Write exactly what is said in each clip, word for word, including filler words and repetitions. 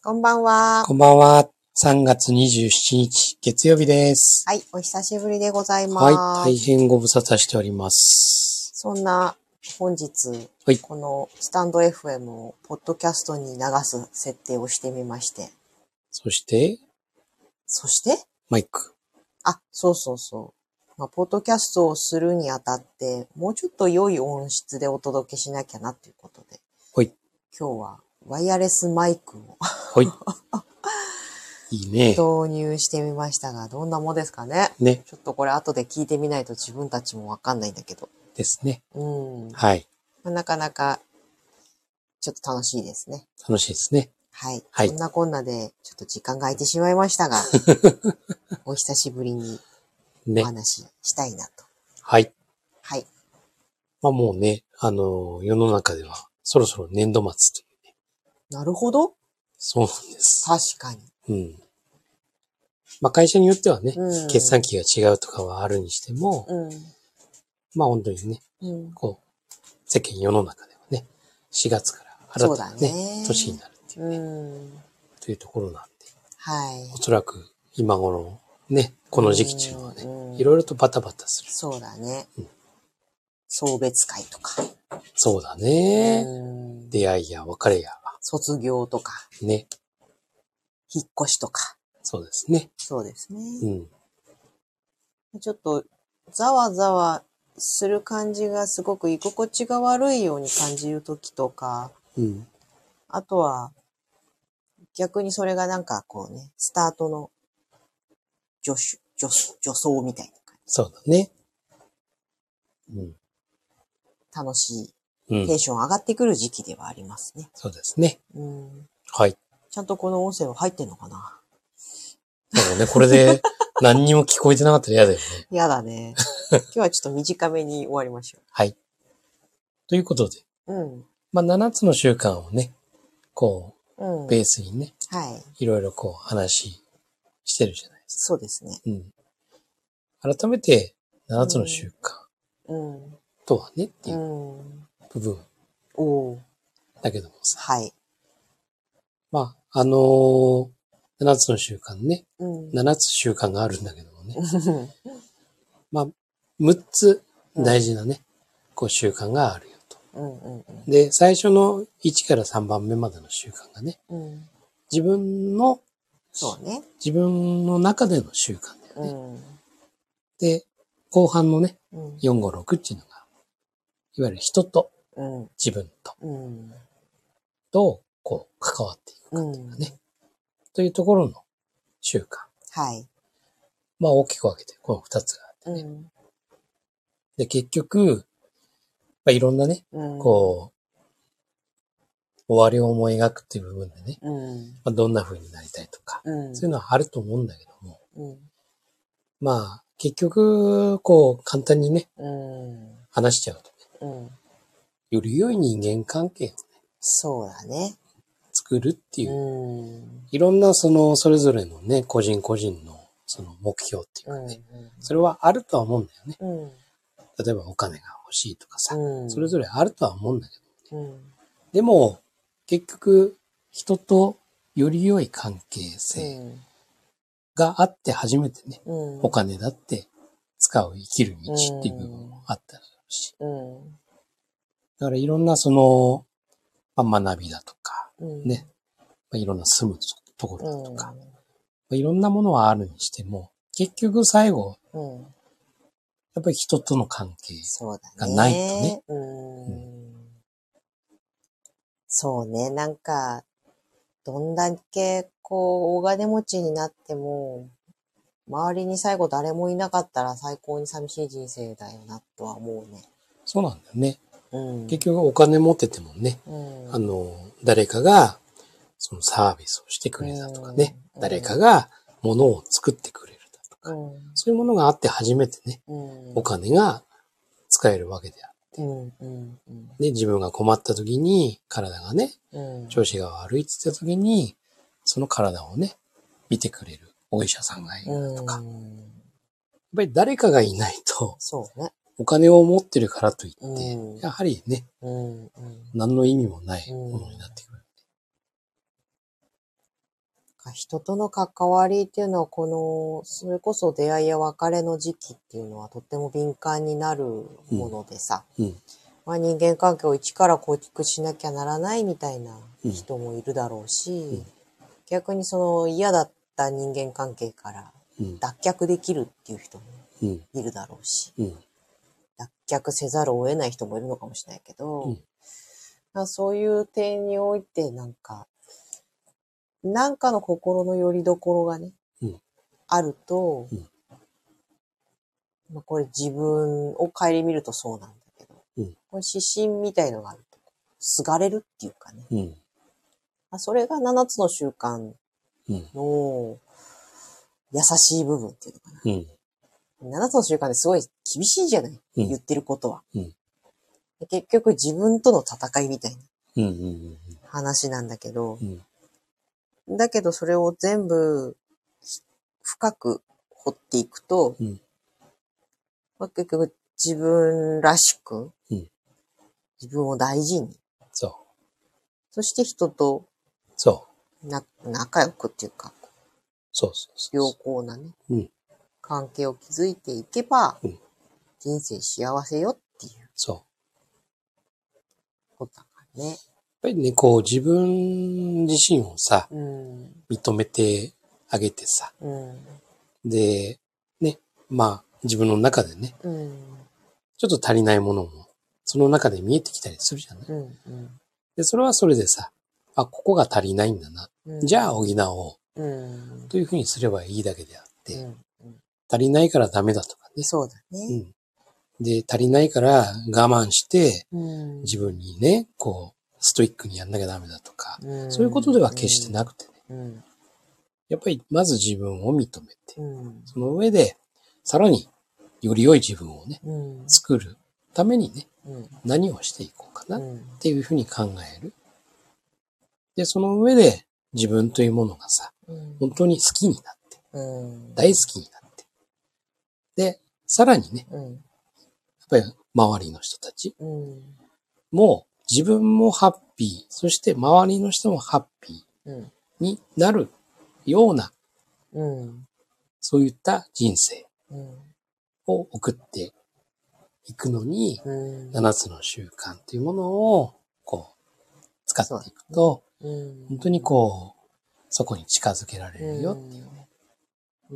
こんばんは。 こんばんは。さんがつにじゅうしちにち、月曜日です。 はい、お久しぶりでございます。 はい、大変ご無沙汰しております。 そんな本日、 はい、 このスタンド エフエム をポッドキャストに流す設定をしてみまして。 そして、 そしてマイク。 あ、そうそうそう。まあ、ポッドキャストをするにあたって、もうちょっと良い音質でお届けしなきゃなということで。 はい。 今日はワイヤレスマイクを。 はい。いいね。 導入してみましたが、どんなもんですかね。 ね。 ちょっとこれ後で聞いてみないと自分たちもわかんないんだけど。 ですね。 うん。 はい。 まあ、なかなか、ちょっと楽しいですね。 楽しいですね。 はい。 はい。 そんなこんなで、ちょっと時間が空いてしまいましたが、お久しぶりにお話ししたいなと。 ね、はい。 はい。 まあもうね、あのー、世の中ではそろそろ年度末というね。 なるほど。 そうなんです。 確かに。 うん。まあ会社によってはね、 うん、 決算期が違うとかはあるにしても、うん、まあ本当にね、うん、こう、世間世の中ではね、しがつから新たなね、ね年になるっていうね、うん、というところなんで、 はい。 おそらく今頃ね、この時期中はね、うん、いろいろとバタバタする。 そうだね。うん、送別会とか。 そうだね。うん、出会いや別れや。 卒業とか。 ね。 引っ越しとか。 そうですね。 そうですね。 うん。 ちょっと、ざわざわする感じがすごく居心地が悪いように感じるときとか、うん、あとは、逆にそれがなんかこうね、スタートの助手、助、助走みたいな感じ。 そうだね。うん。 楽しい。テンション上がってくる時期ではありますね。 うん、そうですね。うん。はい。 ちゃんとこの音声は入ってんのかな？ なんかね、これで何にも聞こえてなかったら嫌だよね。 嫌だね。今日はちょっと短めに終わりましょう。 はい。ということで。うん。まあ、ななつの習慣をね、こう、うん、ベースにね。はい。いろいろこう話してるじゃないですか。 そうですね。 うん。改めて、ななつの習慣。うん。とはねっていう部分。おだけどもさ。 はい。 まあ、あのー、ななつの習慣ね。うん、ななつ習慣があるんだけどもね。まあ、むっつ大事なね、うん、こう習慣があるよと。うんうんうん、で、最初のいちからさんばんめまでの習慣がね、うん、自分の、 そうね。 自分の中での習慣だよね。うん、で、後半のね、うん、よん、ご、ろくっていうのが、いわゆる人と、うん、自分と、うん、どうこう関わっていくかっていうかね、うん、というところの習慣。はい。まあ大きく分けて、このふたつがあってね。うん、で、結局、まあ、いろんなね、うん、こう、終わりを思い描くっていう部分でね、うんまあ、どんな風になりたいとか、うん、そういうのはあると思うんだけども、うん、まあ、結局、こう、簡単にね、うん、話しちゃうとね、うん、より良い人間関係をね、 そうだね。 作るっていう、うん、いろんなその、それぞれのね、個人個人のその目標っていうかね、うんうん、それはあるとは思うんだよね。うん、例えばお金が欲しいとかさ、うん、それぞれあるとは思うんだけど、ね、うん、でも、結局、人とより良い関係性があって初めてね、うん、お金だって使う生きる道っていう部分もあったりし、うん、だからいろんなその、まあ、学びだとか、うん、ね、まあ、いろんな住むところだとか、うんまあ、いろんなものはあるにしても、結局最後、うん、やっぱり人との関係がないとね、 そうだね、うんうんそうね、なんか、どんだけ、こう、大金持ちになっても、周りに最後誰もいなかったら最高に寂しい人生だよな、とは思うね。 そうなんだよね。うん、結局お金持っててもね、うん、あの、誰かが、そのサービスをしてくれたとかね、うん、誰かが物を作ってくれるだとか、うん、そういうものがあって初めてね、うん、お金が使えるわけであって、うんうんうん、で、自分が困った時に体がね、うん、調子が悪いって言った時に、その体をね、見てくれるお医者さんがいるとか、うん、やっぱり誰かがいないと、そうね、お金を持ってるからといって、うん、やはりね、うんうん、何の意味もないものになってくる。 人との関わりっていうのは、この、それこそ出会いや別れの時期っていうのはとっても敏感になるものでさ、うんうん、まあ、人間関係を一から構築しなきゃならないみたいな人もいるだろうし、うん、逆にその嫌だった人間関係から脱却できるっていう人もいるだろうし、うん、脱却せざるを得ない人もいるのかもしれないけど、うん、まあ、そういう点においてなんか、なんかの心の拠り所がね、うん、あると、うん、まあ、これ自分を顧みるとそうなんだけど、うん、これ指針みたいのがあると、すがれるっていうかね。うん、まあ、それが七つの習慣の優しい部分っていうのかな。うん、七つの習慣ですごい厳しいじゃない、うん、言ってることは、うん。結局自分との戦いみたいな話なんだけど、うんうん、だけどそれを全部深く掘っていくと、うん、まあ、結局自分らしく、うん、自分を大事に、そう。そして人と、そう。な、仲良くっていうか、そうそうそう。良好なね、うん、関係を築いていけば、うん、人生幸せよっていう。そう。ことだからね。やっぱりね、こう自分自身をさ、うん、認めてあげてさ、うん、で、ね、まあ自分の中でね、うん、ちょっと足りないものもその中で見えてきたりするじゃない、うんうん、で、それはそれでさ、あ、ここが足りないんだな。うん、じゃあ補おう、うん。というふうにすればいいだけであって、うんうん、足りないからダメだとかね。 そうだね。 うん、で、足りないから我慢して、うん、自分にね、こう、ストイックにやんなきゃダメだとか、うん、そういうことでは決してなくてね。うん、やっぱりまず自分を認めて、うん、その上で、さらにより良い自分をね、うん、作るためにね、うん、何をしていこうかなっていうふうに考える。で、その上で自分というものがさ、うん、本当に好きになって、うん、大好きになって、で、さらにね、うん、やっぱり周りの人たち、うん、もう自分もハッピー、そして周りの人もハッピーになるような、うん、そういった人生を送っていくのに、うん、七つの習慣というものをこう使っていくと、うん、本当にこうそこに近づけられるよっていうね。うんうん、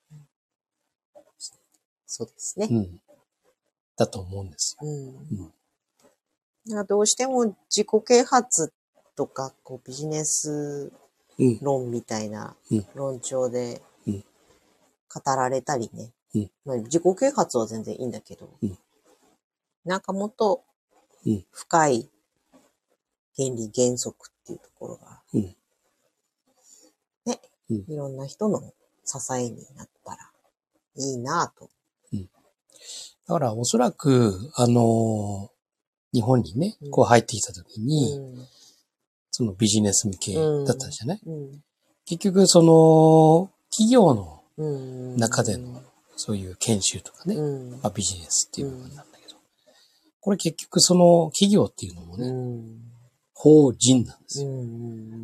そうですね、 うん。だと思うんですよ。 うんうん、どうしても自己啓発とかこうビジネス論みたいな論調で語られたりね、うんまあ、自己啓発は全然いいんだけど、うん、なんかもっと深い原理原則っていうところが、うん、ね、うん、いろんな人の支えになったらいいなぁと、うん。 だからおそらく、あのー、日本にね、こう入ってきたときに、うん、そのビジネス向けだったんじゃない、うんうん、結局その企業の中でのそういう研修とかね、うんまあ、ビジネスっていう部分なんだけど、これ結局その企業っていうのもね、うん、法人なんですよ、うん。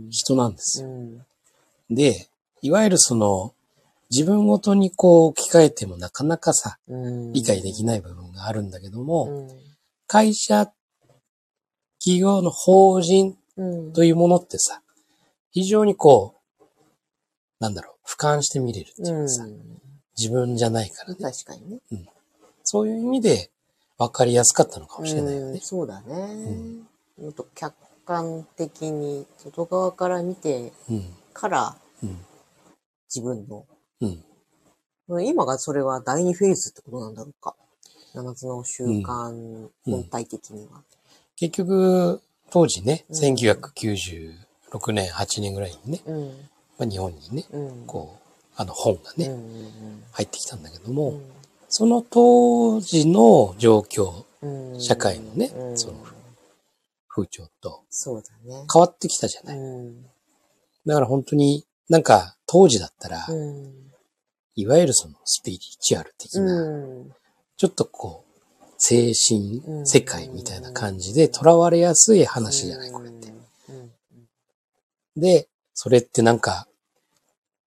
人なんですよ、うん。で、いわゆるその自分ごとにこう置き換えてもなかなかさ、うん、理解できない部分があるんだけども、うん、会社、企業の法人というものってさ、非常にこう、なんだろう、俯瞰して見れるっていうかさ、うん、自分じゃないからね。 確かにね。 うん、そういう意味で分かりやすかったのかもしれないよね。うん、 そうだね。うん、客観的に外側から見てから、うん、自分の、うん、今がそれは第二フェーズってことなんだろうか。七つの習慣、本体的には。うんうん、 結局、当時ね、うん、せんきゅうひゃくきゅうじゅうろくねん、はちねんぐらいにね、うんまあ、日本にね、うん、こう、あの本がね、うんうんうん、入ってきたんだけども、うん、その当時の状況、うん、社会のね、うん、その風潮と、そうだね。変わってきたじゃない。うん、だから本当になんか当時だったら、うん、いわゆるそのスピリチュアル的な、うん、ちょっとこう、精神世界みたいな感じで囚われやすい話じゃない、これって。で、それってなんか、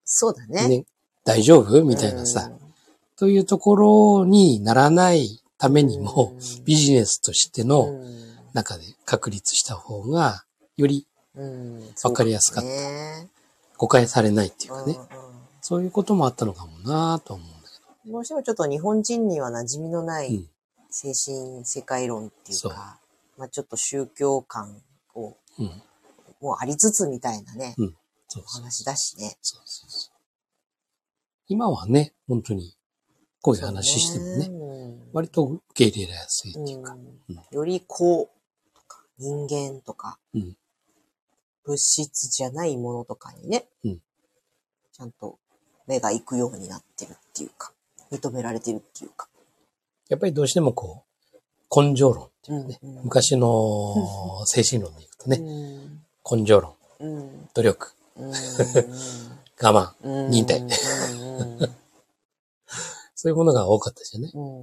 そうだね。 ね、大丈夫みたいなさ、というところにならないためにも、ビジネスとしての中で確立した方が、よりわかりやすかった。ね、誤解されないっていうかね、うんうん。そういうこともあったのかもなと思うんだけど。どうしてもちょっと日本人には馴染みのない精神世界論っていうか、うん、まあちょっと宗教観を、うん、もうありつつみたいなね、うん、そうそう話だしね。そうそうそう。 今はね、本当にこういう話してもね、うん、割と受け入れやすいっていうか。 うんうん、よりこうとか人間とか、うん、物質じゃないものとかにね、うん、ちゃんと目が行くようになってるっていうか、認められてるっていうか。 やっぱりどうしてもこう、根性論っていうかね、うんうん、昔の精神論でいくとね、うん、根性論、うん、努力、うん、我慢、うん、忍耐、うん、そういうものが多かったですよね。うんうん、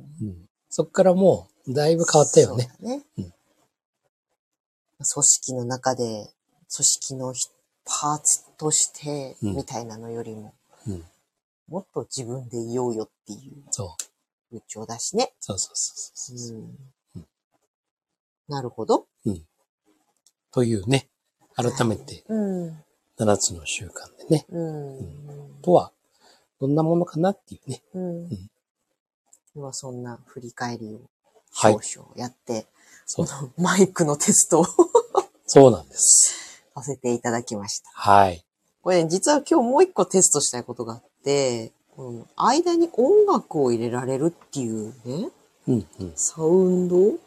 そこからもうだいぶ変わったよね。そうだね、うん、 組織の中で、組織のパーツとしてみたいなのよりも、うんうん、もっと自分でいようよっていう風潮だしね。 そうそうそうそう、うんうん。なるほど、 うん。というね、改めてななつの習慣でね、うんうん、とはどんなものかなっていうね。うんうん、 今日はそんな振り返りを少々やって、はい、そのマイクのテストをそうなんです。 させていただきました。 はい。 これ、ね、実は今日もう一個テストしたいことがあって、うん、間に音楽を入れられるっていうね、うんうん、サウンド、うん、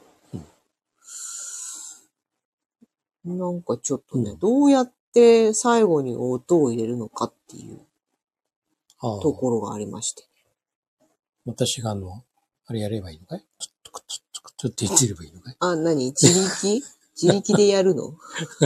なんかちょっとね、うん、どうやって最後に音を入れるのかっていうところがありまして。 私があの、あれやればいいのかい？ちょっと、ちょっと、ちょっと言ってればいいのかい？ あ、何？自力？自力でやるの？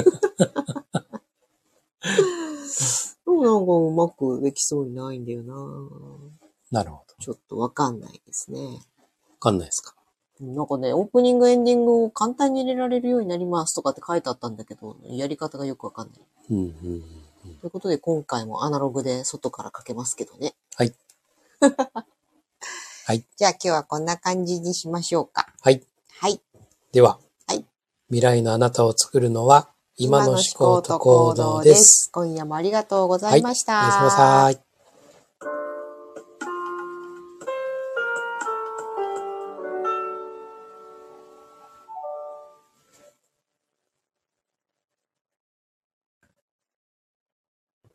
でもなんかうまくできそうにないんだよな。 なるほど。 ちょっとわかんないですね。 わかんないですか？ なんかね、オープニングエンディングを簡単に入れられるようになりますとかって書いてあったんだけど、やり方がよくわかんない。うんうんうん、ということで今回もアナログで外からかけますけどね。 はい。はい。 じゃあ今日はこんな感じにしましょうか。 はい。 はい。 では、 はい。 未来のあなたを作るのは今の思考と行動です。 今夜もありがとうございました。 はい、おやすみなさい。